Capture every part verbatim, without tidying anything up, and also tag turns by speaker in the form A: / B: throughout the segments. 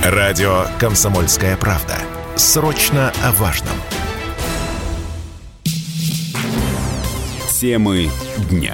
A: Радио «Комсомольская правда». Срочно о важном. Темы дня.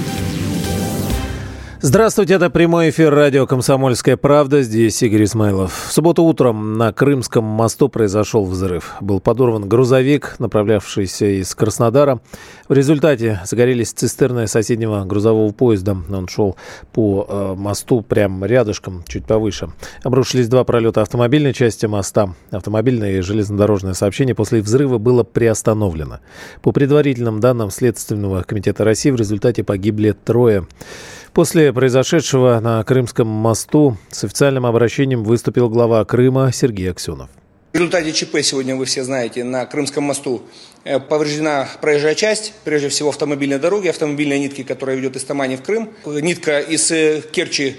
B: Здравствуйте, это прямой эфир радио «Комсомольская правда». Здесь Игорь Измайлов. В субботу утром на Крымском мосту произошел взрыв. Был подорван грузовик, направлявшийся из Краснодара. В результате загорелись цистерны соседнего грузового поезда. Он шел по э, мосту прямо рядышком, чуть повыше. Обрушились два пролета автомобильной части моста. Автомобильное и железнодорожное сообщение после взрыва было приостановлено. По предварительным данным Следственного комитета России, в результате погибли трое. После произошедшего на Крымском мосту с официальным обращением выступил глава Крыма Сергей Аксенов.
C: В результате ЧП сегодня, вы все знаете, на Крымском мосту повреждена проезжая часть, прежде всего автомобильной дороги, автомобильной нитки, которая ведет из Тамани в Крым. Нитка из Керчи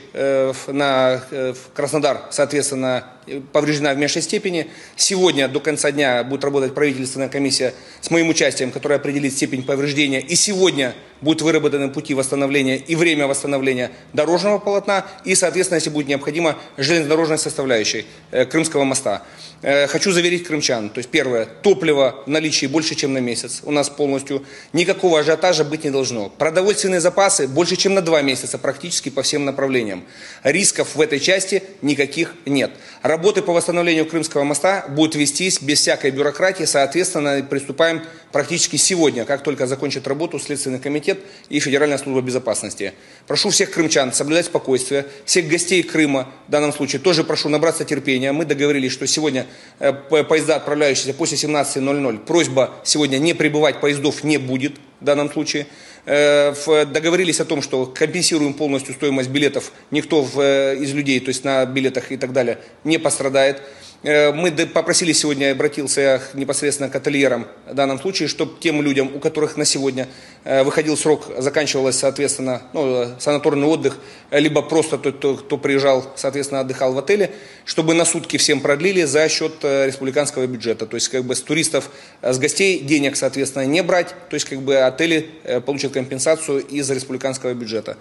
C: на Краснодар, соответственно, повреждена в меньшей степени. Сегодня до конца дня будет работать правительственная комиссия с моим участием, которая определит степень повреждения. И сегодня будут выработаны пути восстановления и время восстановления дорожного полотна и, соответственно, если будет необходимо, железнодорожной составляющей Крымского моста. Хочу заверить крымчан, то есть первое, топливо в наличии больше, чем на месяц. У нас полностью никакого ажиотажа быть не должно. Продовольственные запасы больше, чем на два месяца практически по всем направлениям. Рисков в этой части никаких нет. Работы по восстановлению Крымского моста будут вестись без всякой бюрократии. Соответственно, приступаем практически сегодня, как только закончит работу Следственный комитет и Федеральная служба безопасности. Прошу всех крымчан соблюдать спокойствие. Всех гостей Крыма в данном случае тоже прошу набраться терпения. Мы договорились, что сегодня поезда, отправляющиеся после семнадцати ноль-ноль, просьба сегодня не прибывать, поездов не будет в данном случае. Договорились о том, что компенсируем полностью стоимость билетов. Никто из людей, то есть на билетах и так далее, не пострадает. Мы попросили сегодня, обратился непосредственно к ательерам в данном случае, чтобы тем людям, у которых на сегодня выходил срок, заканчивалось, соответственно, ну, санаторный отдых, либо просто тот, кто, кто приезжал, соответственно, отдыхал в отеле, чтобы на сутки всем продлили за счет республиканского бюджета. То есть, как бы с туристов, с гостей денег, соответственно, не брать. То есть, как бы отели получат компенсацию из республиканского бюджета.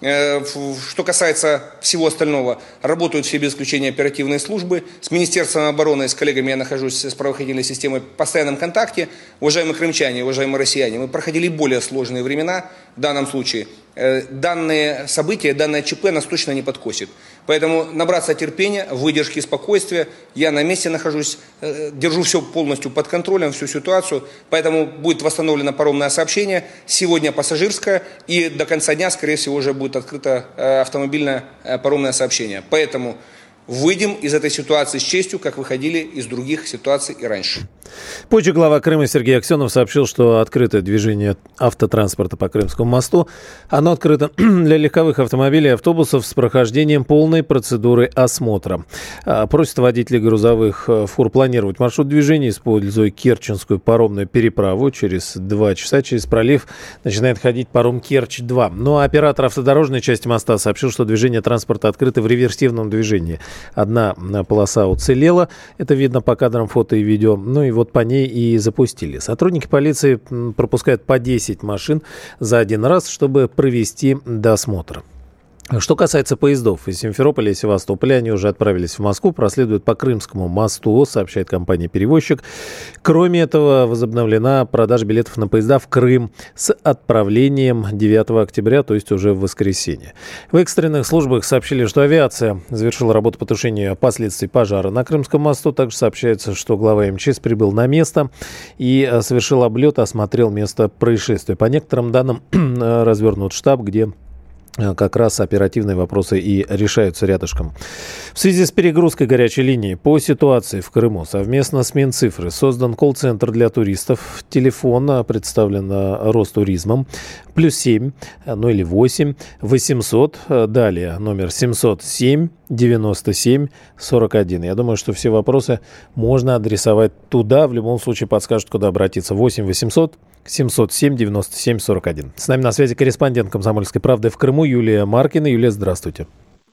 C: Что касается всего остального, работают все без исключения оперативные службы. С Министерством обороны, с коллегами я нахожусь с правоохранительной системой в постоянном контакте. Уважаемые крымчане, уважаемые россияне, мы проходили более сложные времена в данном случае. Данные события, данное ЧП нас точно не подкосит. Поэтому набраться терпения, выдержки, спокойствия. Я на месте нахожусь, держу все полностью под контролем, всю ситуацию. Поэтому будет восстановлено паромное сообщение. Сегодня пассажирское. И до конца дня, скорее всего, уже будет открыто автомобильное паромное сообщение. Поэтому выйдем из этой ситуации с честью, как выходили из других ситуаций и раньше.
B: Позже глава Крыма Сергей Аксенов сообщил, что открыто движение автотранспорта по Крымскому мосту. Оно открыто для легковых автомобилей и автобусов с прохождением полной процедуры осмотра. Просит водителей грузовых фур планировать маршрут движения, используя Керченскую паромную переправу. Через два часа через пролив начинает ходить паром Керчь-два. Но оператор автодорожной части моста сообщил, что движение транспорта открыто в реверсивном движении. Одна полоса уцелела, это видно по кадрам фото и видео, ну и вот по ней и запустили. Сотрудники полиции пропускают по десять машин за один раз, чтобы провести досмотр. Что касается поездов из Симферополя и Севастополя, они уже отправились в Москву, проследуют по Крымскому мосту, сообщает компания-перевозчик. Кроме этого, возобновлена продажа билетов на поезда в Крым с отправлением девятого октября, то есть уже в воскресенье. В экстренных службах сообщили, что авиация завершила работу по тушению последствий пожара на Крымском мосту. Также сообщается, что глава эм че эс прибыл на место и совершил облет, осмотрел место происшествия. По некоторым данным, развернут штаб, где как раз оперативные вопросы и решаются рядышком. В связи с перегрузкой горячей линии по ситуации в Крыму совместно с Минцифры создан колл-центр для туристов. Телефон представлен Ростуризмом. Плюс семь, ну или восемь, восемьсот, далее номер семьсот семь девяносто семь сорок один. Я думаю, что все вопросы можно адресовать туда. В любом случае подскажут, куда обратиться. восемь восемьсот семьсот семь девяносто семь сорок один. С нами на связи корреспондент «Комсомольской правды» в Крыму Юлия Маркина. Юлия, здравствуйте.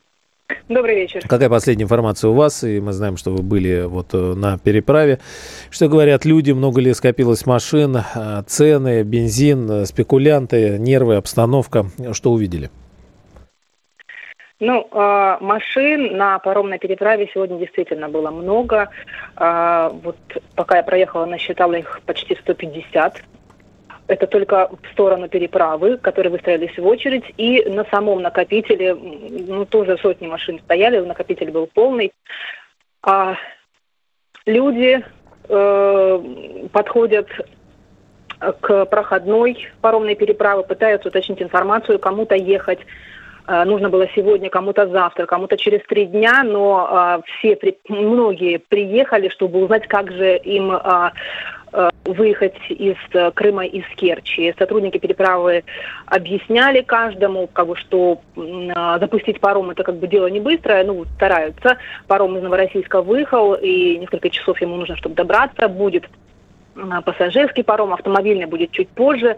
D: Добрый вечер.
B: Какая последняя информация у вас? И мы знаем, что вы были вот на переправе. Что говорят люди? Много ли скопилось машин? Цены, бензин, спекулянты, нервы, обстановка? Что увидели?
D: Ну, э, машин на паромной переправе сегодня действительно было много. Э, вот пока я проехала, насчитала их почти сто пятьдесят. Это только в сторону переправы, которые выстроились в очередь. И на самом накопителе, ну, тоже сотни машин стояли, накопитель был полный. А люди э, подходят к проходной паромной переправы, пытаются уточнить информацию, кому-то ехать. Нужно было сегодня, кому-то завтра, кому-то через три дня, но а, все, при, многие приехали, чтобы узнать, как же им а, а, выехать из а, Крыма, из Керчи. Сотрудники переправы объясняли каждому, как бы, что а, запустить паром это как бы дело не быстрое, ну, стараются. Паром из Новороссийска выехал, и несколько часов ему нужно, чтобы добраться. Будет а, пассажирский паром, автомобильный будет чуть позже.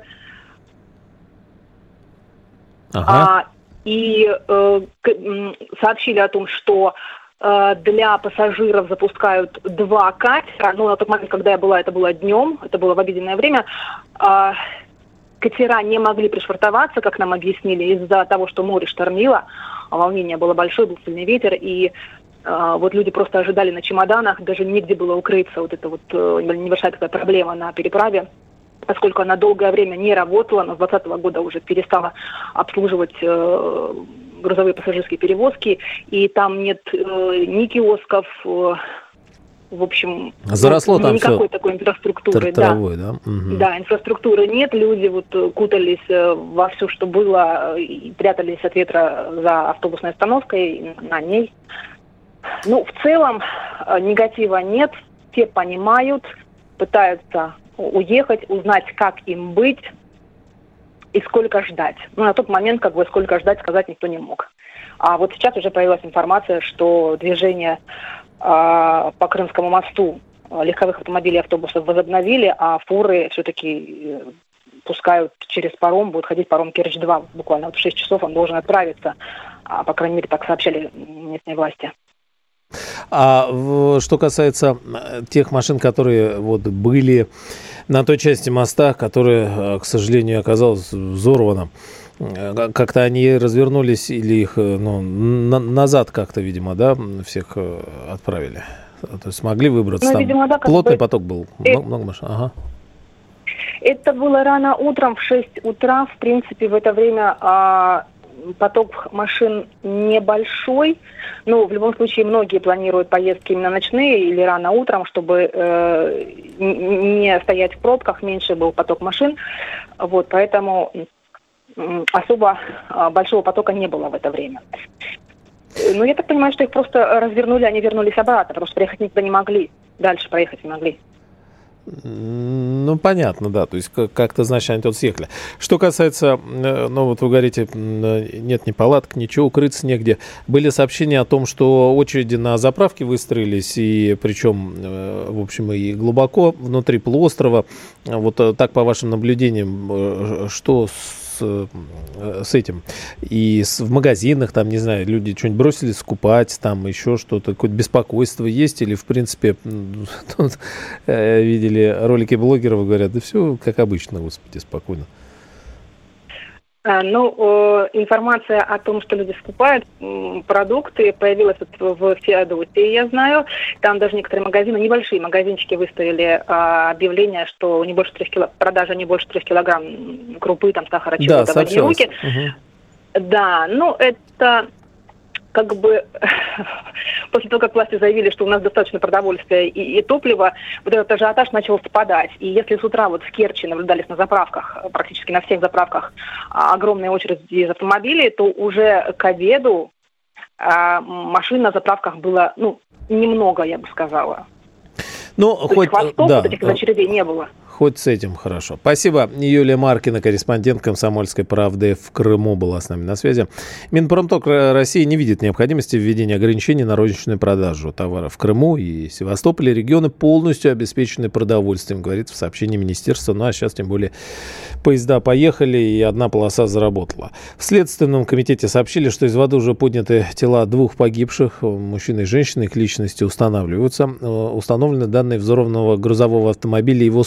B: Ага.
D: А, И э, сообщили о том, что э, для пассажиров запускают два катера. Но на тот момент, когда я была, это было днем, это было в обеденное время. Э, катера не могли пришвартоваться, как нам объяснили, из-за того, что море штормило. Волнение было большое, был сильный ветер. И э, вот люди просто ожидали на чемоданах, даже негде было укрыться. Вот это вот э, небольшая такая проблема на переправе. Поскольку она долгое время не работала, но с двадцатого года уже перестала обслуживать э, грузовые пассажирские перевозки, и там нет э, ни киосков, э, в общем,
B: заросло
D: ну,
B: там
D: никакой
B: все
D: такой инфраструктуры.
B: травой,
D: да.
B: да? Угу.
D: Да, инфраструктуры нет, люди вот кутались во все, что было, и прятались от ветра за автобусной остановкой, на ней. Ну, в целом негатива нет, все понимают, пытаются уехать, узнать, как им быть и сколько ждать. Ну, на тот момент, как бы, сколько ждать, сказать никто не мог. А вот сейчас уже появилась информация, что движение э, по Крымскому мосту легковых автомобилей и автобусов возобновили, а фуры все-таки пускают через паром, будет ходить паром Керчь-два. Буквально вот в шесть часов он должен отправиться. А, по крайней мере, так сообщали местные власти.
B: А что касается тех машин, которые вот были на той части моста, которая, к сожалению, оказалась взорвана, как-то они развернулись или их ну, на- назад как-то, видимо, да, всех отправили? То есть смогли выбраться?
D: Ну,
B: там
D: видимо, да,
B: плотный
D: бы...
B: поток был,
D: э...
B: много, много машин. Ага.
D: Это было рано утром, в шесть утра. В принципе, в это время... А... поток машин небольшой, но в любом случае многие планируют поездки именно ночные или рано утром, чтобы э, не стоять в пробках, меньше был поток машин. Вот, поэтому э, особо э, большого потока не было в это время. Ну, я так понимаю, что их просто развернули, они вернулись обратно, потому что проехать никуда не могли, дальше проехать не могли.
B: Ну, понятно, да, то есть как-то, значит, они тут съехали. Что касается, ну, вот вы говорите, нет ни палаток, ничего, укрыться негде. Были сообщения о том, что очереди на заправке выстроились, и причем, в общем, и глубоко внутри полуострова. Вот так, по вашим наблюдениям, что с с этим? И с, в магазинах, там, не знаю, люди что-нибудь бросились скупать, там еще что-то, какое-то беспокойство есть? Или, в принципе, тут, э, видели ролики блогеров, говорят, да все как обычно, господи, спокойно.
D: Ну, информация о том, что люди скупают продукты, появилась в Феодосии, я знаю. Там даже некоторые магазины, небольшие магазинчики выставили объявление, что не больше трех кило, продажа не больше трех килограмм крупы, там, сахара, чего-то в одни руки. Угу. Да, ну, это... как бы после того, как власти заявили, что у нас достаточно продовольствия и, и топлива, вот этот ажиотаж начал спадать. И если с утра вот в Керчи наблюдались на заправках, практически на всех заправках, огромные очереди из автомобилей, то уже к обеду а, машин на заправках было, ну, немного, я бы сказала.
B: Ну,
D: то
B: хоть,
D: есть хвостов
B: да,
D: вот этих очередей не было.
B: Хоть с этим хорошо. Спасибо. Юлия Маркина, корреспондент «Комсомольской правды» в Крыму, была с нами на связи. Минпромторг России не видит необходимости введения ограничений на розничную продажу товаров в Крыму и Севастополе. Регионы полностью обеспечены продовольствием, говорится в сообщении министерства. Ну а сейчас тем более поезда поехали и одна полоса заработала. В Следственном комитете сообщили, что из воды уже подняты тела двух погибших, мужчины и женщины, их личности устанавливаются. Установлены данные взорванного грузового автомобиля и его собственника.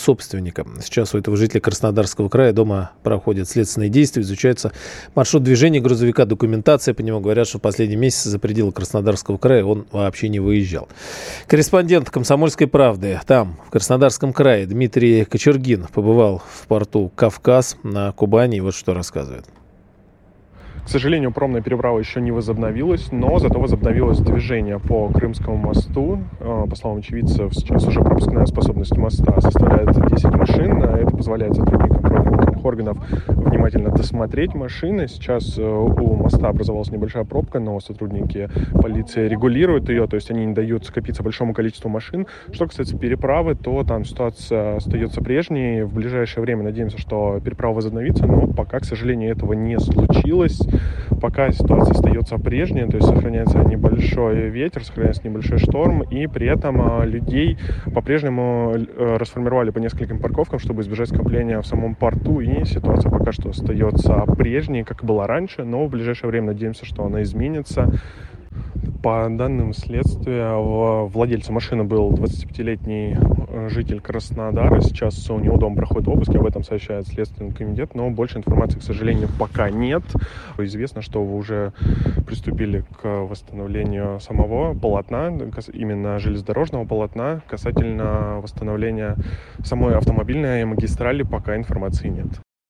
B: родственника. Сейчас у этого жителя Краснодарского края дома проходят следственные действия, изучается маршрут движения грузовика, документация по нему. Говорят, что в последние месяцы за пределы Краснодарского края он вообще не выезжал. Корреспондент «Комсомольской правды» там, в Краснодарском крае, Дмитрий Кочергин побывал в порту Кавказ на Кубани. И вот что рассказывает.
E: К сожалению, паромная переправа еще не возобновилась, но зато возобновилось движение по Крымскому мосту. По словам очевидцев, сейчас уже пропускная способность моста составляет десять машин. Это позволяет сотрудникам правоохранительных органов внимательно досмотреть машины. Сейчас у моста образовалась небольшая пробка, но сотрудники полиции регулируют ее, то есть они не дают скопиться большому количеству машин. Что касается переправы, то там ситуация остается прежней. В ближайшее время надеемся, что переправа возобновится, но пока, к сожалению, этого не случилось. Пока ситуация остается прежней, то есть сохраняется небольшой ветер, сохраняется небольшой шторм, и при этом людей по-прежнему расформировали по нескольким парковкам, чтобы избежать скопления в самом порту, и ситуация пока что остается прежней, как и была раньше, но в ближайшее время надеемся, что она изменится. По данным следствия, владельцем машины был двадцатипятилетний житель Краснодара. Сейчас у него дома проходит обыск, об этом сообщает Следственный комитет, но больше информации, к сожалению, пока нет. Известно, что вы уже приступили к восстановлению самого полотна, именно железнодорожного полотна. Касательно восстановления самой автомобильной магистрали пока информации нет.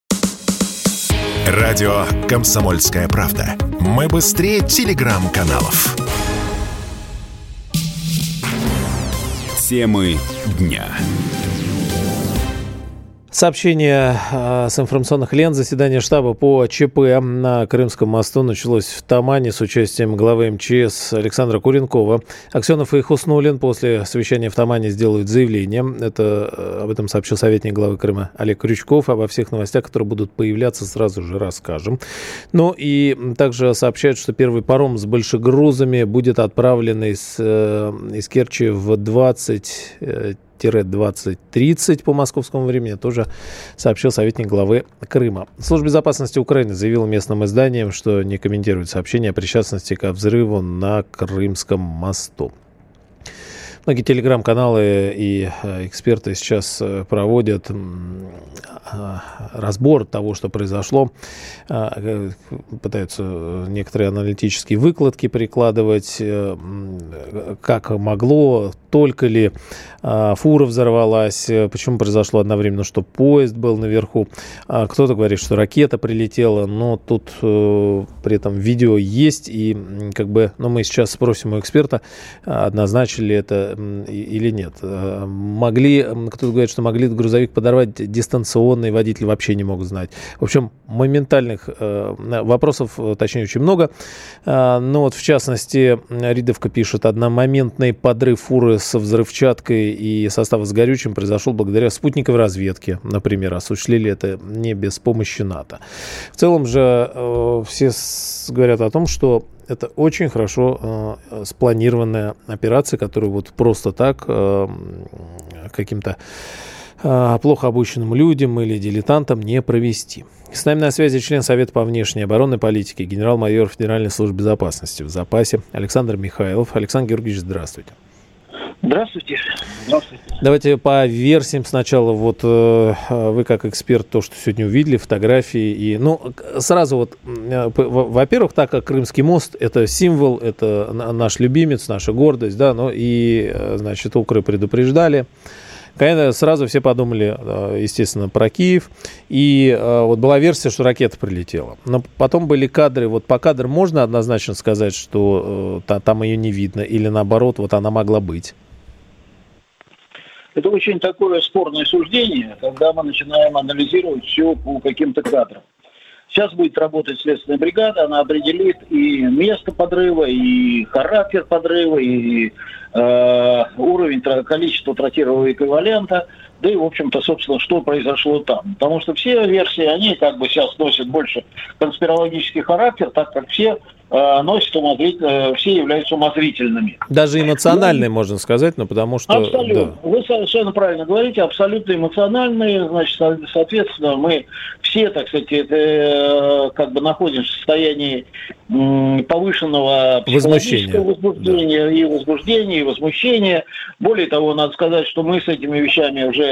A: Радио «Комсомольская правда». Мы быстрее телеграм-каналов.
F: Темы дня.
B: Сообщение э, с информационных лент. Заседание штаба по ЧП на Крымском мосту началось в Тамане с участием главы МЧС Александра Куренкова. Аксенов и Хуснуллин после совещания в Тамане сделают заявление. Это, об этом сообщил советник главы Крыма Олег Крючков. Обо всех новостях, которые будут появляться, сразу же расскажем. Ну и также сообщают, что первый паром с большегрузами будет отправлен из, э, из Керчи в двадцать двадцать тридцать по московскому времени, тоже сообщил советник главы Крыма. Служба безопасности Украины заявила местным изданиям, что не комментирует сообщение о причастности к взрыву на Крымском мосту. Многие телеграм-каналы и эксперты сейчас проводят разбор того, что произошло. Пытаются некоторые аналитические выкладки прикладывать. Как могло, только ли фура взорвалась, почему произошло одновременно, что поезд был наверху. Кто-то говорит, что ракета прилетела, но тут при этом видео есть. И как бы, ну, мы сейчас спросим у эксперта, однозначно ли это или нет. Могли, кто-то говорит, что могли грузовик подорвать дистанционно, и водители вообще не могут знать. В общем, моментальных э, вопросов, точнее, очень много. Э, ну вот, в частности, Ридовка пишет, одномоментный подрыв фуры со взрывчаткой и состава с горючим произошел благодаря спутниковой разведке, например. Осуществили это не без помощи НАТО. В целом же э, все с, говорят о том, что это очень хорошо э, спланированная операция, которую вот просто так э, каким-то э, плохо обученным людям или дилетантам не провести. С нами на связи член Совета по внешней и оборонной политике, генерал-майор Федеральной службы безопасности в запасе Александр Михайлов. Александр Георгиевич, здравствуйте.
G: Здравствуйте. Здравствуйте.
B: Давайте по версиям сначала. Вот э, вы как эксперт, то, что сегодня увидели, фотографии. И, ну, сразу вот, э, во-первых, так как Крымский мост – это символ, это наш любимец, наша гордость, да, ну и, значит, укры предупреждали. Конечно, сразу все подумали, естественно, про Киев. И вот была версия, что ракета прилетела. Но потом были кадры. Вот по кадрам можно однозначно сказать, что там ее не видно? Или наоборот, вот она могла быть?
G: Это очень такое спорное суждение, когда мы начинаем анализировать все по каким-то кадрам. Сейчас будет работать следственная бригада, она определит и место подрыва, и характер подрыва, и э, уровень, количество тротилового эквивалента, да и, в общем-то, собственно, что произошло там. Потому что все версии, они как бы сейчас носят больше конспирологический характер, так как все э, носят умозрительно, все являются умозрительными.
B: Даже эмоциональные, ну, можно сказать, но потому что...
G: Абсолютно.
B: Да.
G: Вы совершенно правильно говорите, абсолютно эмоциональные, значит, соответственно, мы все, так сказать, это, как бы находимся в состоянии повышенного психологического возбуждения, да. и возбуждения, и возмущения. Более того, надо сказать, что мы с этими вещами уже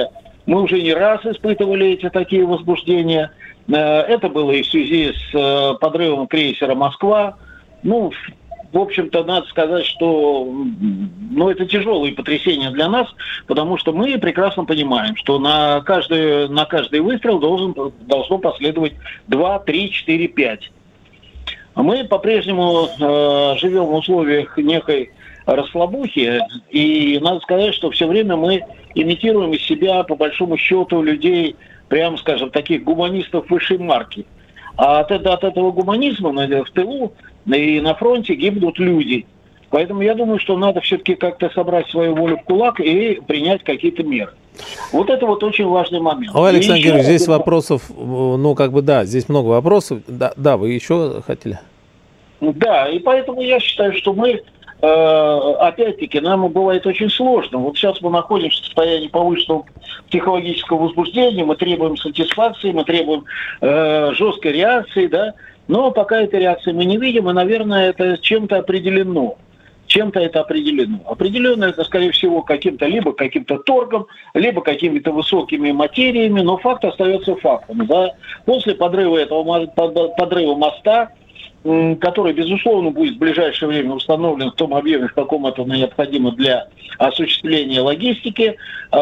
G: Мы уже не раз испытывали эти такие возбуждения. Это было и в связи с подрывом крейсера «Москва». Ну, в общем-то, надо сказать, что ну, это тяжелые потрясения для нас, потому что мы прекрасно понимаем, что на каждый, на каждый выстрел должен, должно последовать два, три, четыре, пять. Мы по-прежнему э, живем в условиях некой расслабухи, и надо сказать, что все время мы имитируем из себя, по большому счету, людей, прямо скажем, таких гуманистов высшей марки. А от, от этого гуманизма в тылу и на фронте гибнут люди. Поэтому я думаю, что надо все-таки как-то собрать свою волю в кулак и принять какие-то меры. Вот это вот очень важный момент.
B: Ой, Александр Георгиевич, здесь вопросов, ну, как бы, да, здесь много вопросов. Да, да, вы еще хотели?
G: Да, и поэтому я считаю, что мы, э, опять-таки, нам бывает очень сложно. Вот сейчас мы находимся в состоянии повышенного психологического возбуждения, мы требуем сатисфакции, мы требуем э, жесткой реакции, да, но пока этой реакции мы не видим, и, наверное, это чем-то определено. Чем-то это определено. Определенно это, скорее всего, каким-то либо каким-то торгом, либо какими-то высокими материями, но факт остается фактом. Да? После подрыва этого подрыва моста, который, безусловно, будет в ближайшее время установлен в том объеме, в каком это необходимо для осуществления логистики,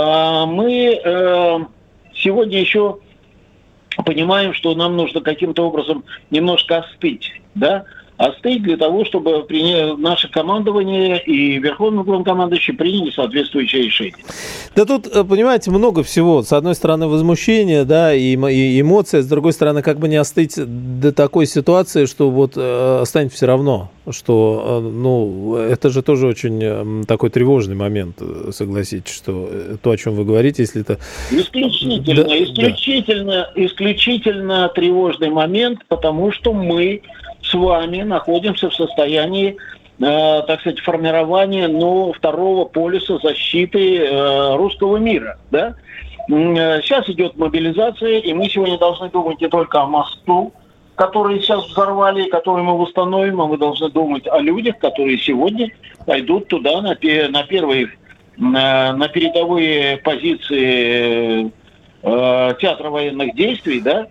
G: мы сегодня еще понимаем, что нам нужно каким-то образом немножко остыть, да, остыть для того, чтобы наше командование и Верховный главнокомандующий приняли соответствующее решение.
B: Да тут, понимаете, много всего. С одной стороны, возмущение, да, и, и эмоции, с другой стороны, как бы не остыть до такой ситуации, что вот э, станет все равно, что, э, ну, это же тоже очень э, такой тревожный момент, согласитесь, что то, о чем вы говорите, если это...
G: Исключительно, да, исключительно, да. исключительно тревожный момент, потому что мы с вами находимся в состоянии, э, так сказать, формирования, ну, второго полюса защиты э, русского мира, да? Сейчас идет мобилизация, и мы сегодня должны думать не только о мосту, который сейчас взорвали, который мы восстановим, а мы должны думать о людях, которые сегодня пойдут туда на, на первые, на, на передовые позиции э, театра военных действий, да?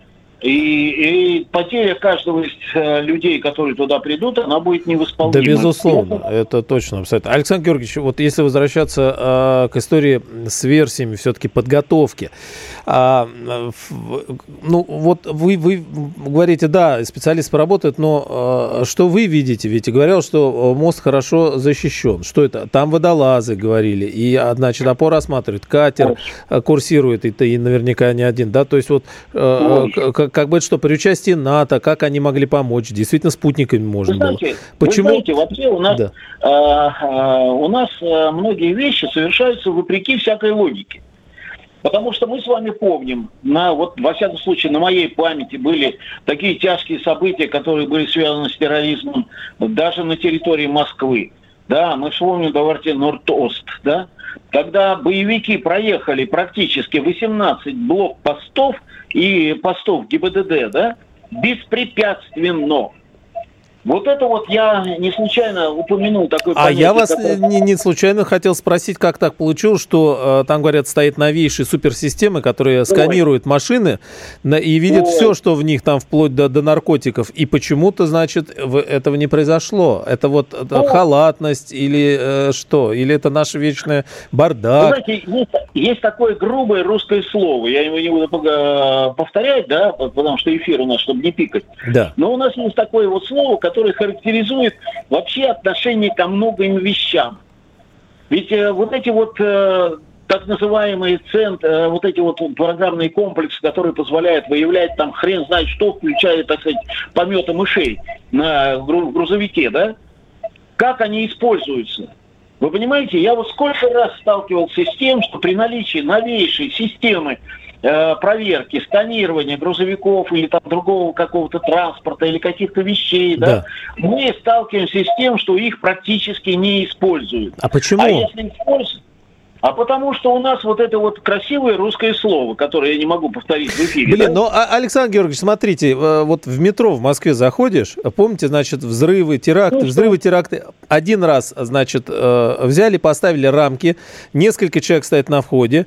G: И, и потеря каждого из э, людей, которые туда придут, она будет невосполнима.
B: Да, безусловно, это точно, абсолютно. Александр Георгиевич, вот если возвращаться э, к истории с версиями все-таки подготовки, э, в, ну вот вы, вы говорите, да, специалисты поработают, но э, что вы видите? Ведь говорил, что мост хорошо защищен. Что это? Там водолазы говорили, и, значит, опора осматривает, катер э, курсирует, и, и наверняка не один, да, то есть вот э, как Как бы это что, при участии НАТО, как они могли помочь? Действительно, спутниками можно
G: вы знаете,
B: было. Почему?
G: Вы знаете, вообще у нас,
B: да.
G: э, э, у нас э, многие вещи совершаются вопреки всякой логике. Потому что мы с вами помним, на, вот, во всяком случае, на моей памяти были такие тяжкие события, которые были связаны с терроризмом даже на территории Москвы. Да, мы вспомним, давайте, Норд-Ост, да, когда боевики проехали практически восемнадцать блокпостов и постов ГИБДД, да, беспрепятственно. Вот это вот я не случайно упомянул такой
B: понятие. А я вас который... не, не случайно хотел спросить, как так получилось, что э, там, говорят, стоит новейшие суперсистемы, которые Ой. сканируют машины на, и видят Ой. все, что в них там, вплоть до, до наркотиков. И почему-то, значит, в, этого не произошло. Это вот это халатность или э, что? Или это наше вечное бардак?
G: Вы знаете, есть, есть такое грубое русское слово. Я его не буду повторять, да, потому что эфир у нас, чтобы не пикать.
B: Да.
G: Но у нас есть такое вот слово, который характеризует вообще отношение ко многим вещам. Ведь э, вот эти вот э, так называемые центры, э, вот эти вот программные комплексы, которые позволяют выявлять там хрен знает что, включая, так сказать, пометы мышей на гру- грузовике, да? Как они используются? Вы понимаете, я вот сколько раз сталкивался с тем, что при наличии новейшей системы проверки, сканирования грузовиков или там другого какого-то транспорта или каких-то вещей, да. Да, мы сталкиваемся с тем, что их практически не используют.
B: А почему?
G: А если используют? А потому что у нас вот это вот красивое русское слово, которое я не могу повторить в эфире.
B: Блин,
G: да?
B: ну, Александр Георгиевич, смотрите, вот в метро в Москве заходишь, помните, значит, взрывы, теракты, ну, взрывы, теракты. Один раз, значит, взяли, поставили рамки, несколько человек стоят на входе,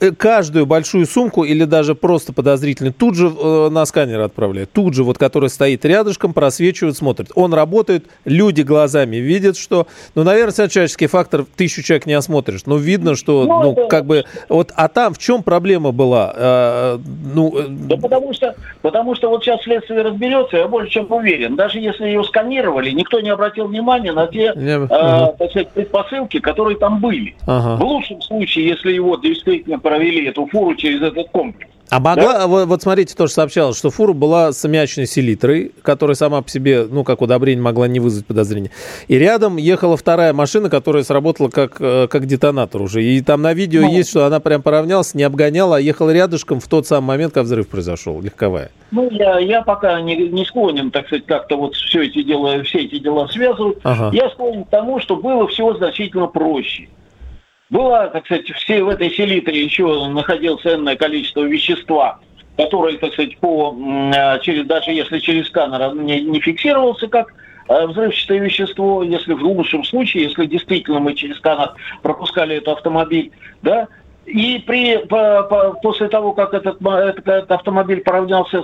B: каждую большую сумку или даже просто подозрительную тут же э, на сканер отправляют. Тут же, вот, который стоит рядышком, просвечивает, смотрит. Он работает, люди глазами видят, что... Ну, наверное, человеческий фактор, тысячу человек не осмотришь. Но видно, что, ну, ну это... как бы... Вот, а там в чем проблема была? Э, ну...
G: Да потому что, потому что вот сейчас следствие разберется, я более чем уверен. Даже если ее сканировали, никто не обратил внимания на те
B: я...
G: э,
B: ага.
G: так сказать, предпосылки, которые там были.
B: Ага.
G: В лучшем случае, если его действительно провели, эту фуру через этот комплекс.
B: А могла,
G: да?
B: вот, вот смотрите, тоже сообщалось, что фура была с аммиачной селитрой, которая сама по себе, ну, как удобрение, могла не вызвать подозрения. И рядом ехала вторая машина, которая сработала как, как детонатор уже. И там на видео ну, есть, что она прям поравнялась, не обгоняла, а ехала рядышком в тот самый момент, когда взрыв произошел, легковая.
G: Ну, я, я пока не, не склонен, так сказать, как-то вот все эти дела, все эти дела связывать. Ага. Я склонен к тому, что было все значительно проще. Было, так сказать, все в этой селитре еще находилось энное количество вещества, которое, так сказать, по, через, даже если через сканер не, не фиксировался как взрывчатое вещество, если в лучшем случае, если действительно мы через сканер пропускали этот автомобиль, да, и при, по, по, после того, как этот, этот автомобиль поравнялся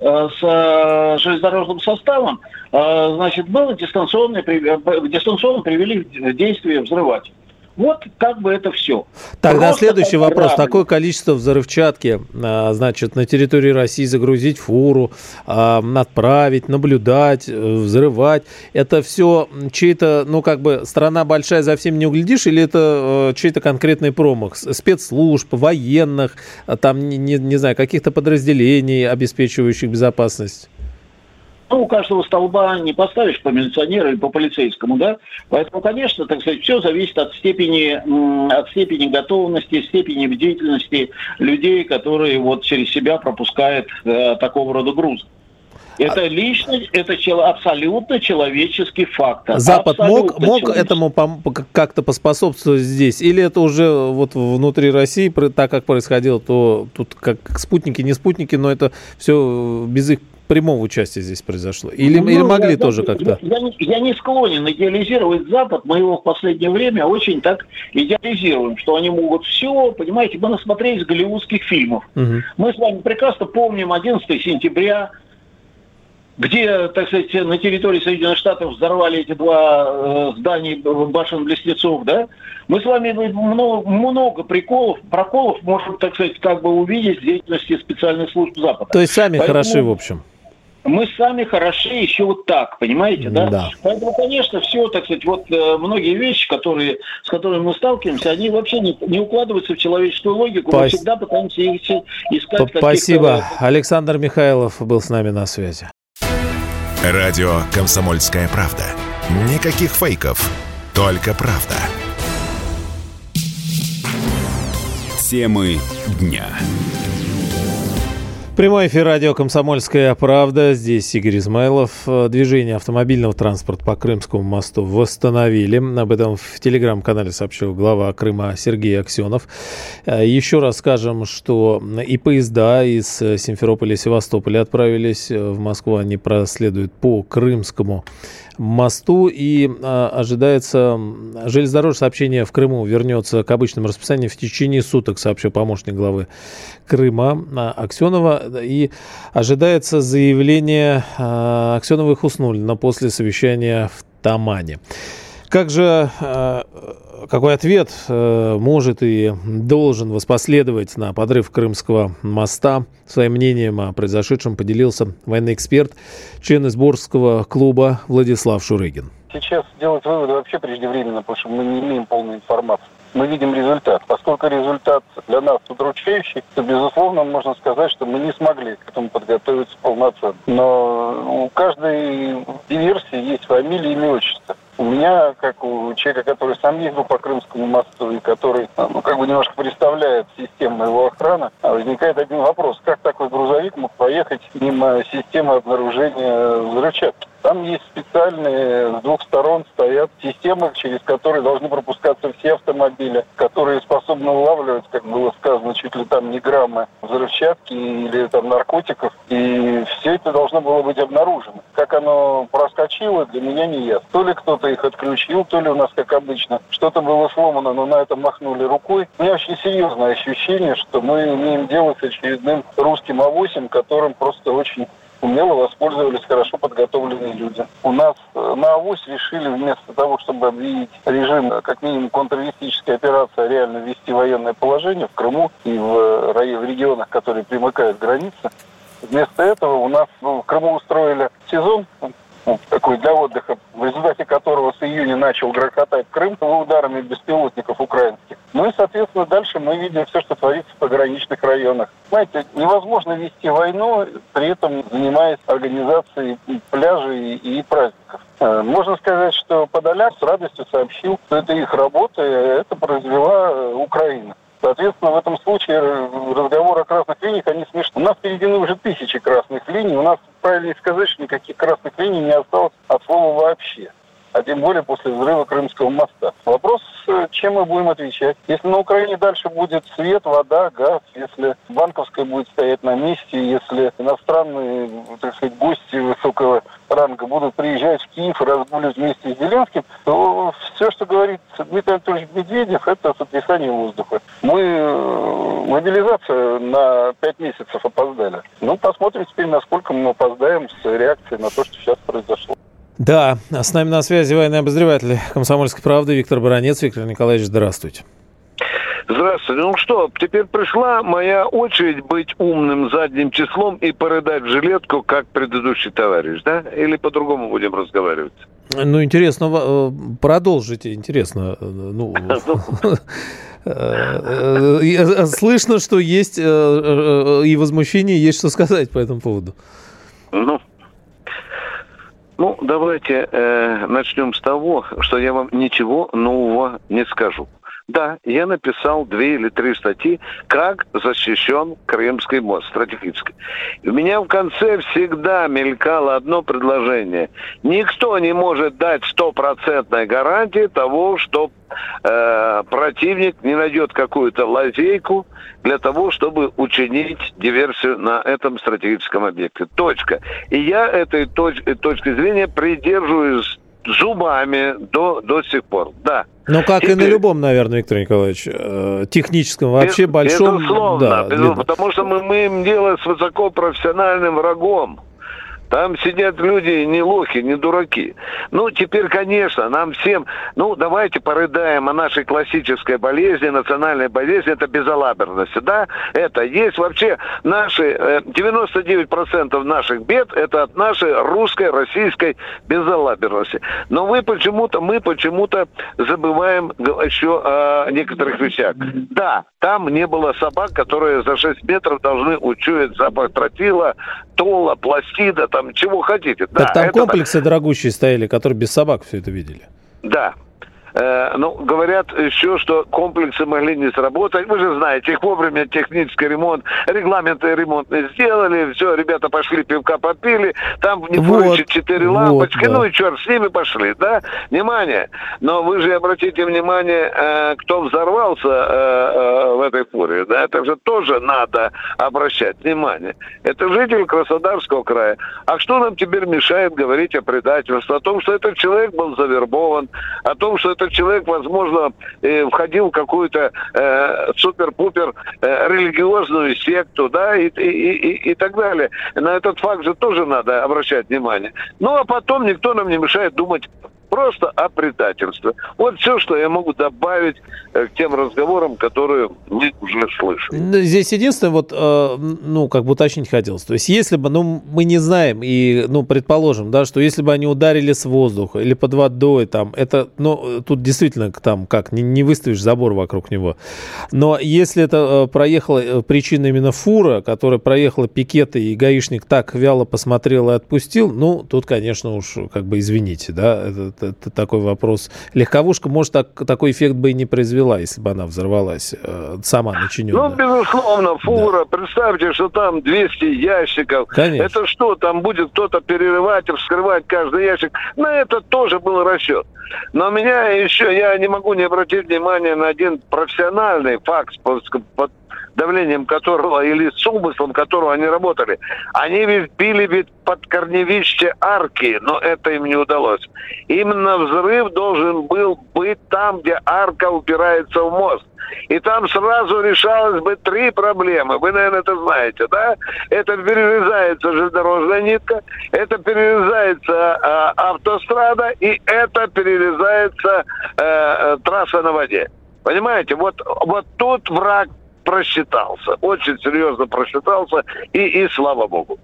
G: с железнодорожным составом, значит, было дистанционно, дистанционно привели в действие взрыватель. Вот как бы это все.
B: Тогда
G: Просто
B: следующий вопрос.
G: правильно.
B: Такое количество взрывчатки, значит, на территории России загрузить фуру, отправить, наблюдать, взрывать. Это все чей-то, ну, как бы, страна большая, за всем не углядишь, или это чей-то конкретный промах? Спецслужб, военных, там, не, не знаю, каких-то подразделений, обеспечивающих безопасность?
G: Ну, у каждого столба не поставишь по милиционеру или по полицейскому, да? Поэтому, конечно, так сказать, все зависит от степени, от степени готовности, степени бдительности людей, которые вот через себя пропускают э, такого рода груз. Это а... лично, это чел, абсолютно человеческий фактор.
B: Запад мог, мог
G: человеческий.
B: этому пом- как-то поспособствовать здесь? Или это уже вот внутри России, так как происходило, то тут как спутники, не спутники, но это все без их прямого участия здесь произошло? Или, ну, или могли я, тоже я, как-то?
G: Я, я, я не склонен идеализировать Запад. Мы его в последнее время очень так идеализируем, что они могут все, понимаете, мы насмотрелись голливудских фильмов. Угу. Мы с вами прекрасно помним одиннадцатого сентября, где, так сказать, на территории Соединенных Штатов взорвали эти два э, здания башен-близнецов, да? Мы с вами много, много приколов, проколов можем, так сказать, как бы увидеть в деятельности специальных служб Запада.
B: То есть сами Поэтому... хороши, в общем.
G: Мы сами хороши еще вот так, понимаете, да?
B: Да.
G: Поэтому, конечно, все, так сказать, вот э, многие вещи, которые, с которыми мы сталкиваемся, они вообще не, не укладываются в человеческую логику. Пас... Мы всегда пытаемся их искать.
B: Спасибо. Каких-то... Александр Михайлов был с нами на связи.
A: Радио «Комсомольская правда». Никаких фейков, только правда. Темы дня.
B: Прямой эфир радио «Комсомольская правда». Здесь Игорь Измайлов. Движение автомобильного транспорта по Крымскому мосту восстановили. Об этом в телеграм-канале сообщил глава Крыма Сергей Аксенов. Еще раз скажем, что и поезда из Симферополя и Севастополя отправились в Москву. Они проследуют по Крымскому мосту, и а, ожидается железнодорожное сообщение в Крыму вернется к обычному расписанию в течение суток, сообщил помощник главы Крыма а, Аксенова, и ожидается заявление а, Аксенова и Хуснуллина после совещания в Тамане. Как же, какой ответ может и должен воспоследовать на подрыв Крымского моста? Своим мнением о произошедшем поделился военный эксперт, член Изборского клуба Владислав Шурыгин.
F: Сейчас делать выводы вообще преждевременно, потому что мы не имеем полной информации. Мы видим результат. Поскольку результат для нас удручающий, то, безусловно, можно сказать, что мы не смогли к этому подготовиться полноценно. Но у каждой диверсии есть фамилия, имя, отчество. У меня, как у человека, который сам ездил по Крымскому мосту и который, ну, как бы немножко представляет систему его охраны, возникает один вопрос. Как такой грузовик мог поехать мимо системы обнаружения взрывчатки? Там есть специальные, с двух сторон стоят системы, через которые должны пропускаться все автомобили, которые способны улавливать, как было сказано, чуть ли там не граммы взрывчатки или там наркотиков. И все это должно было быть обнаружено. Как оно проскочило проскочило, для меня не ясно. То ли кто-то их отключил, то ли у нас, как обычно, что-то было сломано, но на это махнули рукой. У меня очень серьезное ощущение, что мы имеем дело с очередным русским авосем, которым просто очень умело воспользовались хорошо подготовленные люди. У нас на авось решили вместо того, чтобы объявить режим, как минимум, контртеррористической операции, а реально ввести военное положение в Крыму и в, в регионах, которые примыкают к границе. Вместо этого у нас ну, в Крыму устроили сезон, ну, такой для отдыха, в результате которого с июня начал грохотать Крым ударами беспилотников украинских. Ну и, соответственно, дальше мы видим все, что творится в пограничных районах. Знаете, невозможно вести войну, при этом занимаясь организацией пляжей и праздников. Можно сказать, что Подоляк с радостью сообщил, что это их работа, и это произвела Украина. Соответственно, в этом случае разговор о красных линиях, они смешны. У нас впереди уже тысячи красных линий. У нас, правильно сказать, что никаких красных линий не осталось от слова вообще. А тем более после взрыва Крымского моста. Вопрос, чем мы будем отвечать. Если на Украине дальше будет свет, вода, газ, если банковская будет стоять на месте, если иностранные, так сказать, гости высокого ранга будут приезжать в Киев и разгуливать вместе с Зеленским, то все, что говорит Дмитрий Анатольевич Медведев, это сотрясание воздуха. Мы мобилизация на пять месяцев опоздали. Ну, посмотрим теперь, насколько мы опоздаем с реакцией на то, что сейчас произошло.
B: Да, с нами на связи военный обозреватель «Комсомольской правды» Виктор Баранец. Виктор Николаевич, здравствуйте.
H: Здравствуйте. Ну что, теперь пришла моя очередь быть умным задним числом и порыдать в жилетку, как предыдущий товарищ, да? Или по-другому будем разговаривать?
B: Ну, интересно, продолжите, интересно. Ну, слышно, что есть и возмущение, есть что сказать по этому поводу.
H: Ну, Ну, давайте э, начнем с того, что я вам ничего нового не скажу. Да, я написал две или три статьи, как защищен Крымский мост стратегически. У меня в конце всегда мелькало одно предложение. Никто не может дать стопроцентной гарантии того, что э, противник не найдет какую-то лазейку для того, чтобы учинить диверсию на этом стратегическом объекте. Точка. И я этой точ- точки зрения придерживаюсь зубами до, до сих пор. Да.
B: Ну, как Теперь... и на любом, наверное, Виктор Николаевич, техническом, вообще Без, большом...
H: Безусловно,
B: да,
H: безусловно, потому что мы имеем дело с высокопрофессиональным врагом. Там сидят люди не лохи, не дураки. Ну, теперь, конечно, нам всем... Ну, давайте порыдаем о нашей классической болезни, национальной болезни, это безалаберность. Да, это есть вообще наши... девяносто девять процентов наших бед, это от нашей русской, российской безалаберности. Но вы почему-то, мы почему-то забываем еще о некоторых вещах. Да, там не было собак, которые за шесть метров должны учуять запах тротила, тола, пластида, там, чего хотите.
B: Так
H: да,
B: там комплексы было... дорогущие стояли, которые без собак все это видели.
H: Да. Э, ну, говорят еще, что комплексы могли не сработать. Вы же знаете, их вовремя технический ремонт, регламенты ремонтные сделали, все, ребята пошли, пивка попили, там в Непориче четыре вот, лампочки, да. Ну и черт с ними пошли, да? Внимание! Но вы же обратите внимание, э, кто взорвался э, э, в этой фуре, да? Это же тоже надо обращать внимание. Это житель Краснодарского края. А что нам теперь мешает говорить о предательстве? О том, что этот человек был завербован, о том, что это человек, возможно, э, входил в какую-то э, супер-пупер э, религиозную секту, да, и, и, и, и так далее. На этот факт же тоже надо обращать внимание. Ну, а потом никто нам не мешает думать просто о предательстве. Вот все, что я могу добавить э, к тем разговорам, которые мы уже слышали.
B: Здесь единственное, вот, э, ну, как бы уточнить хотелось. То есть, если бы, ну, мы не знаем, и, ну, предположим, да, что если бы они ударили с воздуха или под водой, там, это, ну, тут действительно, там, как, не, не выставишь забор вокруг него. Но если это э, проехала причина именно фура, которая проехала пикеты, и гаишник так вяло посмотрел и отпустил, ну, тут, конечно, уж, как бы, извините, да, это Это такой вопрос. Легковушка, может, так, такой эффект бы и не произвела, если бы она взорвалась э, сама начиненная.
H: Ну, безусловно, фура. Да. Представьте, что там двести ящиков.
B: Конечно.
H: Это что, там будет кто-то перерывать и вскрывать каждый ящик? На это тоже был расчет. Но меня еще, я не могу не обратить внимание на один профессиональный факт, давлением которого или с умыслом которого они работали. Они ведь били ведь под корневище арки, но это им не удалось. Именно взрыв должен был быть там, где арка упирается в мост. И там сразу решалось бы три проблемы. Вы, наверное, это знаете, да? Это перерезается железнодорожная нитка, это перерезается э, автострада, и это перерезается э, трасса на воде. Понимаете? Вот, вот тут враг просчитался. Очень серьезно просчитался, и, и слава богу.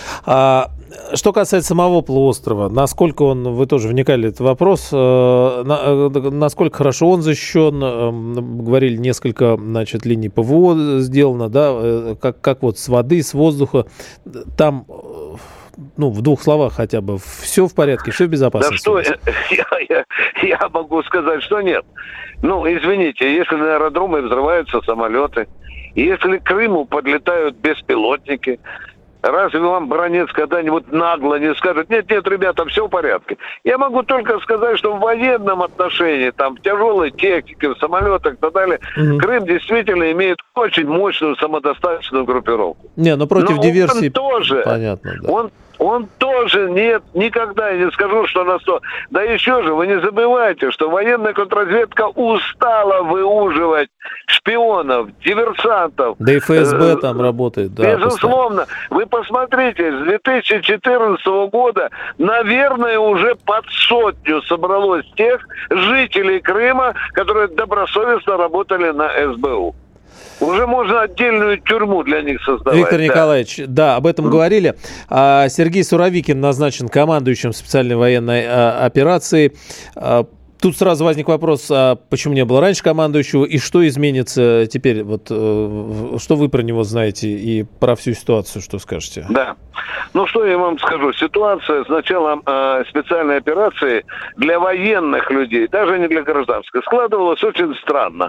B: А, что касается самого полуострова, насколько он, вы тоже вникали в этот вопрос, э, на, насколько хорошо он защищен, э, говорили, несколько, значит, линий ПВО сделано, да, э, как, как вот с воды, с воздуха, там, э, ну, в двух словах хотя бы, все в порядке, все в безопасности?
H: Да что, я, я, я могу сказать, что нет. Ну, извините, если на аэродроме взрываются самолеты, если к Крыму подлетают беспилотники, разве вам Баранец когда-нибудь нагло не скажет: нет, нет, ребята, все в порядке? Я могу только сказать, что в военном отношении, там, в тяжелой технике, в самолетах и так далее, mm-hmm. Крым действительно имеет очень мощную самодостаточную группировку.
B: Не, но против
H: но
B: диверсии...
H: Он тоже,
B: понятно, да.
H: Он Он тоже нет, никогда я не скажу, что на сто. Да еще же, вы не забывайте, что военная контрразведка устала выуживать шпионов, диверсантов.
B: Да и ФСБ
H: э,
B: там работает. Да,
H: безусловно. Постоянно. Вы посмотрите, с две тысячи четырнадцатого года, наверное, уже под сотню собралось тех жителей Крыма, которые добросовестно работали на эс бэ у. Уже можно отдельную тюрьму для них создавать.
B: Виктор
H: да.
B: Николаевич, да, об этом mm. говорили. А, Сергей Суровикин назначен командующим специальной военной а, операции. А, тут сразу возник вопрос, а почему не было раньше командующего, и что изменится теперь? Вот, э, что вы про него знаете и про всю ситуацию, что скажете?
H: Да. Ну, что я вам скажу. Ситуация с началом э, специальной операции для военных людей, даже не для гражданской, складывалась очень странно.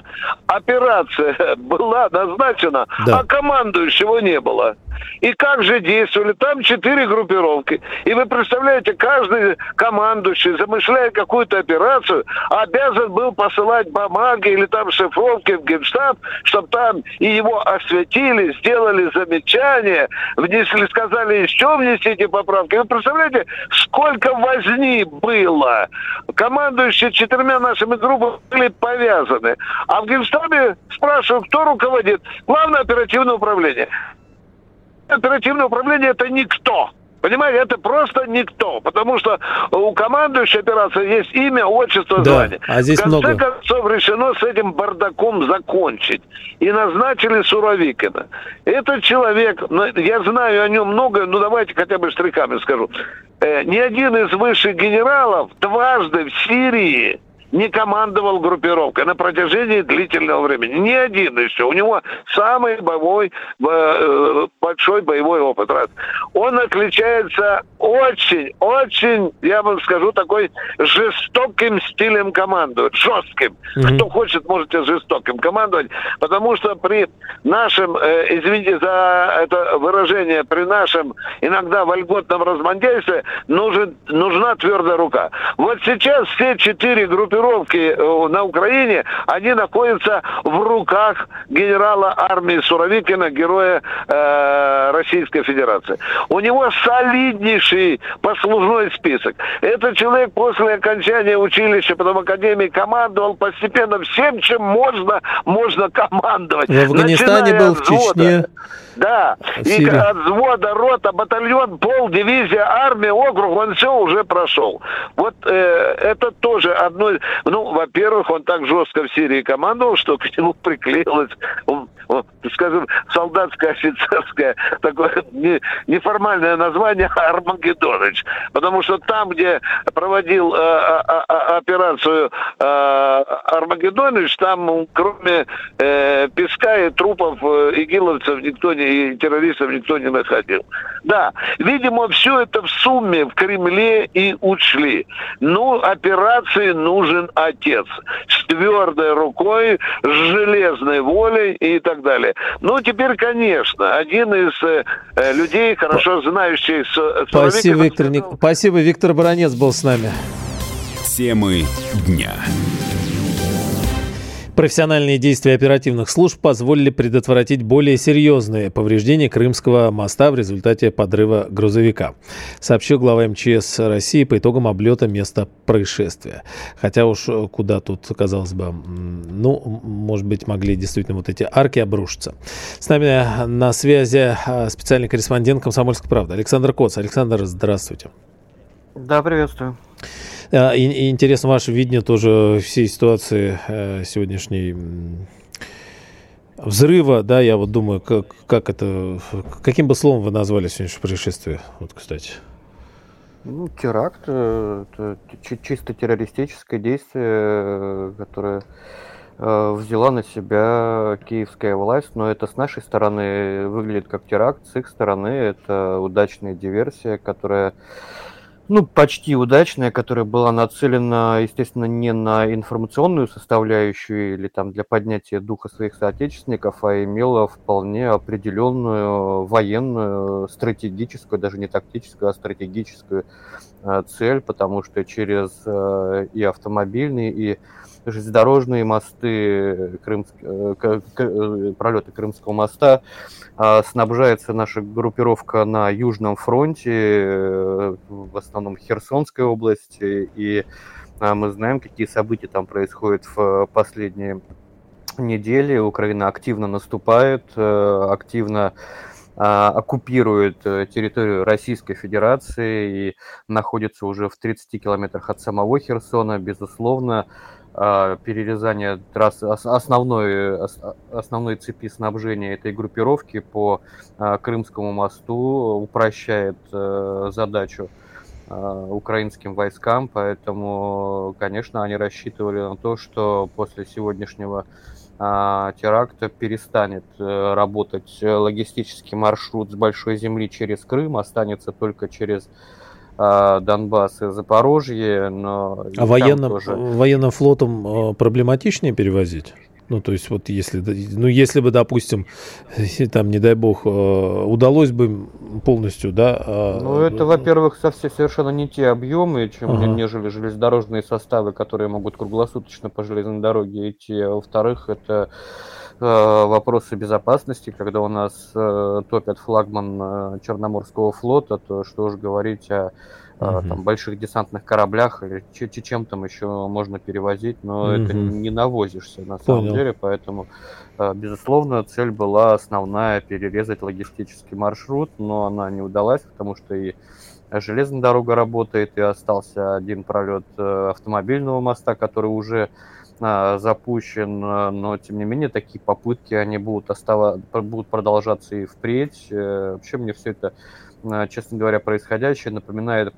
H: Операция была назначена, да. а командующего не было. И как же действовали? Там четыре группировки. И вы представляете, каждый командующий, замышляя какую-то операцию, обязан был посылать бумаги или там шифровки в Генштаб, чтобы там и его осветили, сделали замечания, внесли, сказали, еще внесите поправки. Вы представляете, сколько возни было? Командующие четырьмя нашими группами были повязаны. А в Генштабе спрашивают, кто руководит? Главное оперативное управление. Оперативное управление – это никто. Понимаете, это просто никто. Потому что у командующей операции есть имя, отчество,
B: да,
H: звание.
B: А здесь
H: в конце
B: много.
H: концов решено с этим бардаком закончить. И назначили Суровикина. Этот человек, я знаю о нем многое, ну давайте хотя бы штрихами скажу. Э, ни один из высших генералов дважды в Сирии не командовал группировкой на протяжении длительного времени. Ни один еще. У него самый боевой, э, большой боевой опыт. Раз. Он отличается очень, очень, я вам скажу, такой жестоким стилем командовать. Жестким. Mm-hmm. Кто хочет, можете жестоким командовать. Потому что при нашем, э, извините за это выражение, при нашем иногда вольготном размандействе нужен, нужна твердая рука. Вот сейчас все четыре группировки на Украине, они находятся в руках генерала армии Суровикина, героя э, Российской Федерации. У него солиднейший послужной список. Этот человек после окончания училища, потом академии, командовал постепенно всем, чем можно, можно командовать.
B: В Афганистане был, в Чечне.
H: Да, и от взвода, рота, батальон, пол, дивизия, армия, округ, он все уже прошел. Вот э, это тоже одно... Ну, во-первых, он так жестко в Сирии командовал, что к нему приклеилось, он, он, скажем, солдатское, офицерское, такое не, неформальное название Армагеддоныч. Потому что там, где проводил э, э, э, операцию э, Армагеддоныч, там кроме э, песка и трупов э, игиловцев никто не и террористов никто не находил. Да, видимо, все это в сумме в Кремле и учли. Ну, операции нужен отец. С твердой рукой, с железной волей и так далее. Ну, теперь, конечно, один из э, людей, хорошо знающих...
B: Спасибо, Виктор, Ник... Спасибо, Виктор Баранец был с нами.
A: Темы дня.
B: Профессиональные действия оперативных служб позволили предотвратить более серьезные повреждения Крымского моста в результате подрыва грузовика, сообщил глава МЧС России по итогам облета места происшествия. Хотя уж куда тут, казалось бы, ну, может быть, могли действительно вот эти арки обрушиться. С нами на связи специальный корреспондент «Комсомольской правды» Александр Коц. Александр, здравствуйте.
I: Да, приветствую.
B: И, и интересно ваше видение тоже всей ситуации э, сегодняшней взрыва, да, я вот думаю, как, как это, каким бы словом вы назвали сегодняшнее происшествие, вот, кстати?
I: Ну, теракт, это чисто террористическое действие, которое э, взяла на себя киевская власть, но это с нашей стороны выглядит как теракт, с их стороны это удачная диверсия, которая... Ну, почти удачная, которая была нацелена, естественно, не на информационную составляющую или там для поднятия духа своих соотечественников, а имела вполне определенную военную, стратегическую, даже не тактическую, а стратегическую э, цель, потому что через э, и автомобильные, и железнодорожные мосты, Крымск... к... К... пролеты Крымского моста снабжается наша группировка на Южном фронте, в основном Херсонской области, и мы знаем, какие события там происходят в последние недели. Украина активно наступает, активно оккупирует территорию Российской Федерации и находится уже в тридцати километрах от самого Херсона. Безусловно, перерезание трассы, основной, основной цепи снабжения этой группировки по Крымскому мосту упрощает задачу украинским войскам, поэтому, конечно, они рассчитывали на то, что после сегодняшнего теракта перестанет работать логистический маршрут с Большой Земли через Крым, останется только через Донбасс и Запорожье, но...
B: А военным, тоже... военным флотом проблематичнее перевозить? Ну, то есть, вот если, ну, если бы, допустим, там, не дай бог, удалось бы полностью, да...
I: Ну, это, во-первых, совсем совершенно не те объемы, чем, ага. нежели железнодорожные составы, которые могут круглосуточно по железной дороге идти. А во-вторых, это вопросы безопасности, когда у нас топят флагман Черноморского флота, то что уж говорить о uh-huh. там, больших десантных кораблях или чем там еще можно перевозить, но uh-huh. это не навозишься на самом Понял. деле, поэтому, безусловно, цель была основная перерезать логистический маршрут, но она не удалась, потому что и железная дорога работает, и остался один пролет автомобильного моста, который уже запущен, но тем не менее такие попытки они будут оставаться, будут продолжаться и впредь. Вообще мне все это, честно говоря, происходящее напоминает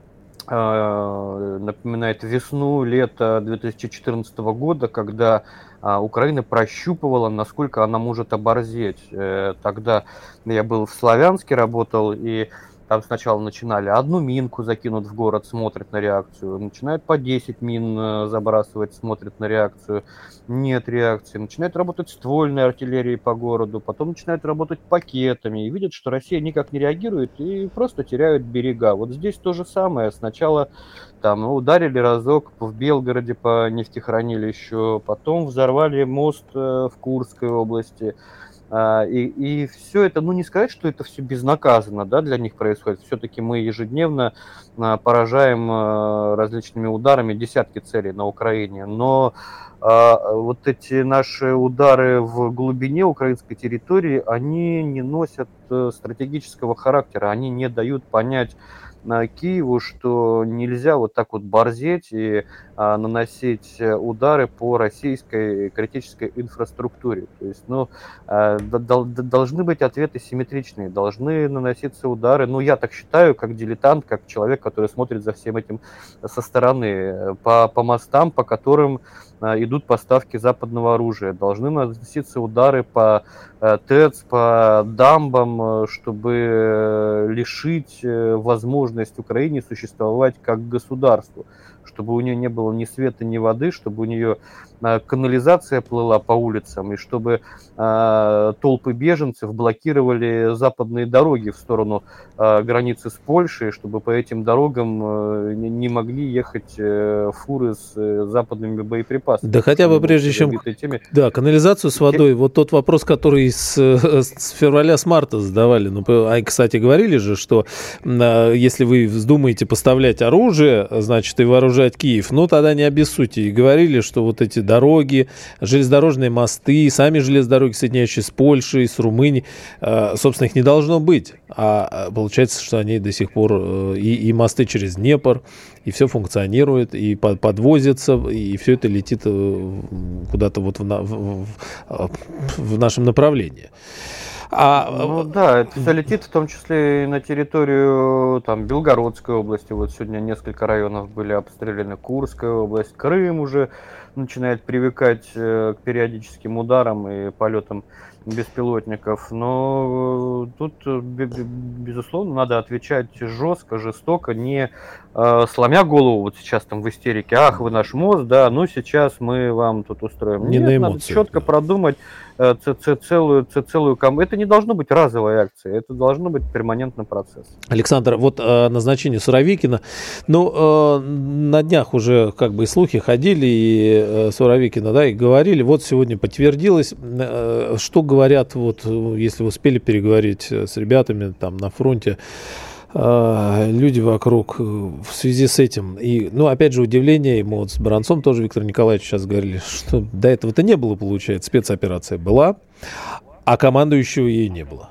I: напоминает весну, лето две тысячи четырнадцатого года, когда Украина прощупывала, насколько она может оборзеть. Тогда я был в Славянске, работал, и там сначала начинали одну минку закинут в город, смотрят на реакцию. Начинают по десять мин забрасывать, смотрят на реакцию. Нет реакции. Начинают работать ствольной артиллерией по городу. Потом начинают работать пакетами. И видят, что Россия никак не реагирует и просто теряют берега. Вот здесь то же самое. Сначала там ударили разок в Белгороде по нефтехранилищу. Потом взорвали мост в Курской области. И, и все это, ну не сказать, что это все безнаказанно, да, для них происходит. Все-таки мы ежедневно поражаем различными ударами десятки целей на Украине. Но а, вот эти наши удары в глубине украинской территории, они не носят стратегического характера, они не дают понять Киеву, что нельзя вот так вот борзеть и а, наносить удары по российской критической инфраструктуре. То есть, ну, а, до, должны быть ответы симметричные, должны наноситься удары. Ну, я так считаю, как дилетант, как человек, который смотрит за всем этим со стороны, по, по мостам, по которым а, идут поставки западного оружия. Должны наноситься удары по а, ТЭЦ, по дамбам, чтобы лишить возможности Украине существовать как государству, чтобы у нее не было ни света, ни воды, чтобы у нее канализация плыла по улицам, и чтобы толпы беженцев блокировали западные дороги в сторону границы с Польшей, чтобы по этим дорогам не могли ехать фуры с западными боеприпасами.
B: Да хотя бы прежде чем... Да, канализацию с водой. Вот тот вопрос, который с, с февраля, с марта задавали. Ну, а, кстати, говорили же, что если вы вздумаете поставлять оружие, значит, и вооружать Киев, ну, тогда не обессудьте. И говорили, что вот эти дороги, железнодорожные мосты, сами железнодороги, соединяющие с Польшей, с Румынией, собственно, их не должно быть. А получается, что они до сих пор и, и мосты через Днепр, и все функционирует, и подвозится, и все это летит куда-то вот в, в, в нашем направлении. А...
I: Ну да, это все летит, в том числе и на территорию там, Белгородской области. Вот сегодня несколько районов были обстреляны, Курская область, Крым уже начинает привыкать к периодическим ударам и полетам беспилотников. Но тут, безусловно, надо отвечать жестко, жестоко, не э, сломя голову вот сейчас там в истерике. Ах, вы наш мост, да, ну сейчас мы вам тут устроим.
B: Не
I: Нет,
B: на эмоции,
I: надо четко
B: да.
I: продумать э, ц- ц- целую, ц- целую ком... Это не должно быть разовой акцией, это должно быть перманентный процесс.
B: Александр, вот э, назначение Суровикина. Ну, э, на днях уже как бы и слухи ходили, и э, Суровикина, да, и говорили. Вот сегодня подтвердилось, э, что говорят, вот, если успели переговорить с ребятами там на фронте, э, люди вокруг в связи с этим. И, ну, опять же, удивление, ему вот с Баранцом тоже Виктор Николаевич сейчас говорили, что до этого-то не было, получается. Спецоперация была, а командующего ей не было.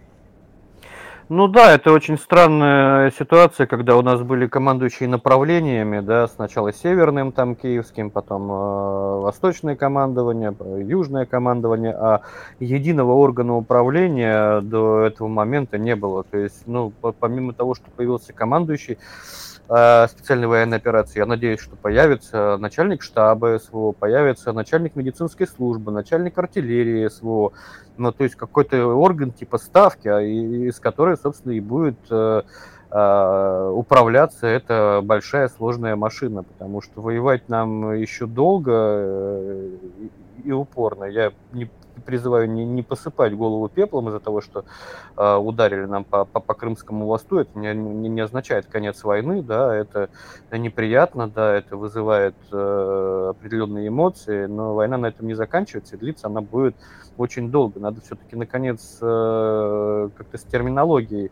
I: Ну да, это очень странная ситуация, когда у нас были командующие направлениями, да, сначала северным, там, киевским, потом э, восточное командование, южное командование, а единого органа управления до этого момента не было. То есть, ну, помимо того, что появился командующий э, специальной военной операции, я надеюсь, что появится начальник штаба СВО, появится начальник медицинской службы, начальник артиллерии СВО. Ну, то есть какой-то орган типа ставки, из которой, собственно, и будет э, э, управляться эта большая сложная машина, потому что воевать нам еще долго э, и, и упорно. Я не призываю не, не посыпать голову пеплом из-за того, что э, ударили нам по, по, по Крымскому мосту. Это не, не, не означает конец войны, да, это, это неприятно, да, это вызывает э, определенные эмоции, но война на этом не заканчивается, и длится она будет очень долго. Надо все-таки, наконец, э, как-то с терминологией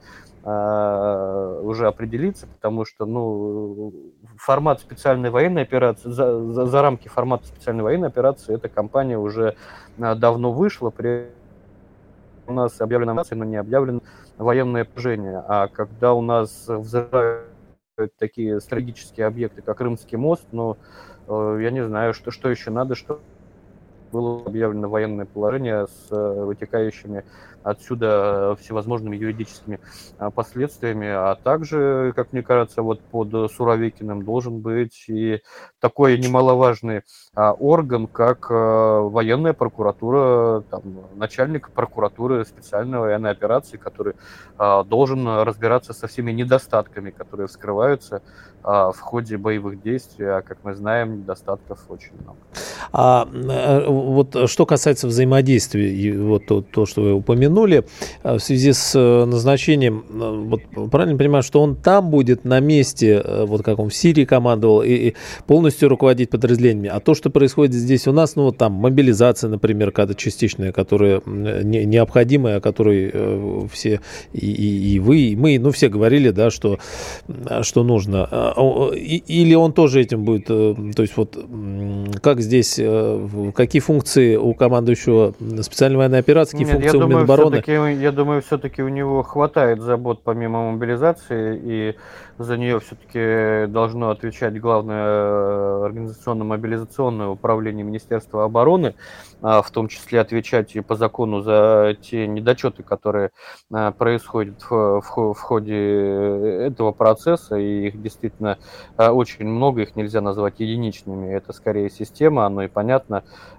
I: э, уже определиться, потому что, ну, формат специальной военной операции, за, за, за рамки формата специальной военной операции эта кампания уже э, давно вышла. При у нас объявлена нация, но не объявлено военное положение. А когда у нас взрывают такие стратегические объекты, как Крымский мост, ну, э, я не знаю, что, что еще надо, что было объявлено военное положение с вытекающими отсюда всевозможными юридическими последствиями, а также, как мне кажется, вот под Суровикиным должен быть и такой немаловажный орган, как военная прокуратура, там, начальник прокуратуры специальной военной операции, который должен разбираться со всеми недостатками, которые вскрываются в ходе боевых действий, а, как мы знаем, недостатков очень много.
B: А вот что касается взаимодействия, и вот то, то, что вы упомянули, в связи с назначением, вот, правильно понимаю, что он там будет на месте, вот как он в Сирии командовал, и, и полностью руководить подразделениями, а то, что происходит здесь у нас, ну вот там мобилизация, например, какая-то частичная, которая не, необходимая, о которой все, и, и, и вы, и мы, ну все говорили, да, что, что нужно. Или он тоже этим будет, то есть вот как здесь, какие функции у командующего специальной военной операции, какие
I: Нет,
B: функции
I: я
B: у
I: думаю,
B: Минобороны?
I: Я думаю, все-таки у него хватает забот помимо мобилизации, и за нее все-таки должно отвечать главное организационно-мобилизационное управление Министерства обороны, в том числе отвечать и по закону за те недочеты, которые происходят в, в, в ходе этого процесса, и их действительно очень много, их нельзя назвать единичными, это скорее система, оно и понятно,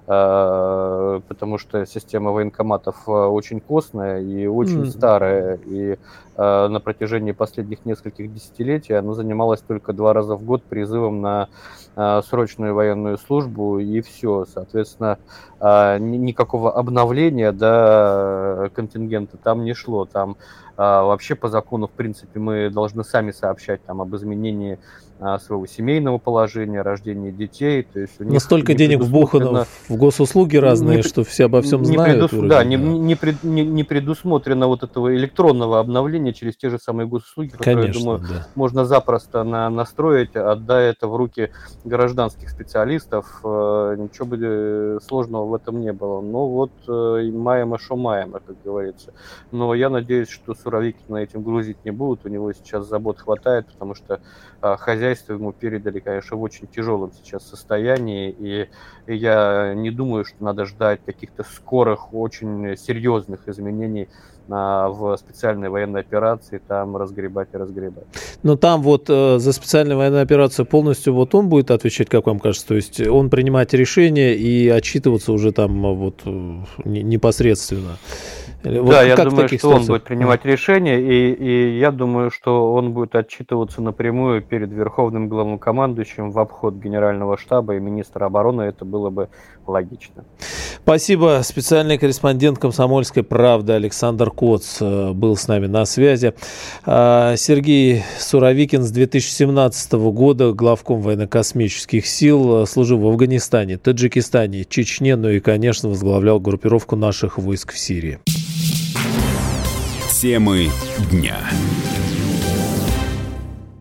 I: потому что система военкоматов очень костная и очень mm. старая, и на протяжении последних нескольких десятилетий она занималась только два раза в год призывом на срочную военную службу, и все. Соответственно, никакого обновления, да, контингента там не шло. Там вообще по закону, в принципе, мы должны сами сообщать там об изменении своего семейного положения, рождении детей. То есть у них
B: настолько денег вбухано в госуслуги разные, не, что все обо всем
I: не
B: знают.
I: Предус... Да, не, не, не, не предусмотрено вот этого электронного обновления через те же самые госуслуги, которые, Конечно, я думаю, да. можно запросто на, настроить, отдая это в руки гражданских специалистов. Ничего бы сложного в этом не было. Но вот маем, а шо маем, как говорится. Но я надеюсь, что Суровикина этим грузить не будут. У него сейчас забот хватает, потому что хозяйство ему передали, конечно, в очень тяжелом сейчас состоянии, и я не думаю, что надо ждать каких-то скорых, очень серьезных изменений в специальной военной операции, там разгребать и разгребать.
B: Но там вот э, за специальную военную операцию полностью вот он будет отвечать, как вам кажется? То есть он принимать решения и отчитываться уже там вот непосредственно? Вот
I: да, я думаю, что ситуациях? он будет принимать решения, и, и я думаю, что он будет отчитываться напрямую перед Верховным главнокомандующим в обход Генерального штаба и министра обороны. Это было бы логично.
B: Спасибо. Специальный корреспондент «Комсомольской правды» Александр Коц был с нами на связи. Сергей Суровикин с две тысячи семнадцатого года главком военно-космических сил, служил в Афганистане, Таджикистане, Чечне, ну и, конечно, возглавлял группировку наших войск в Сирии.
A: Темы дня.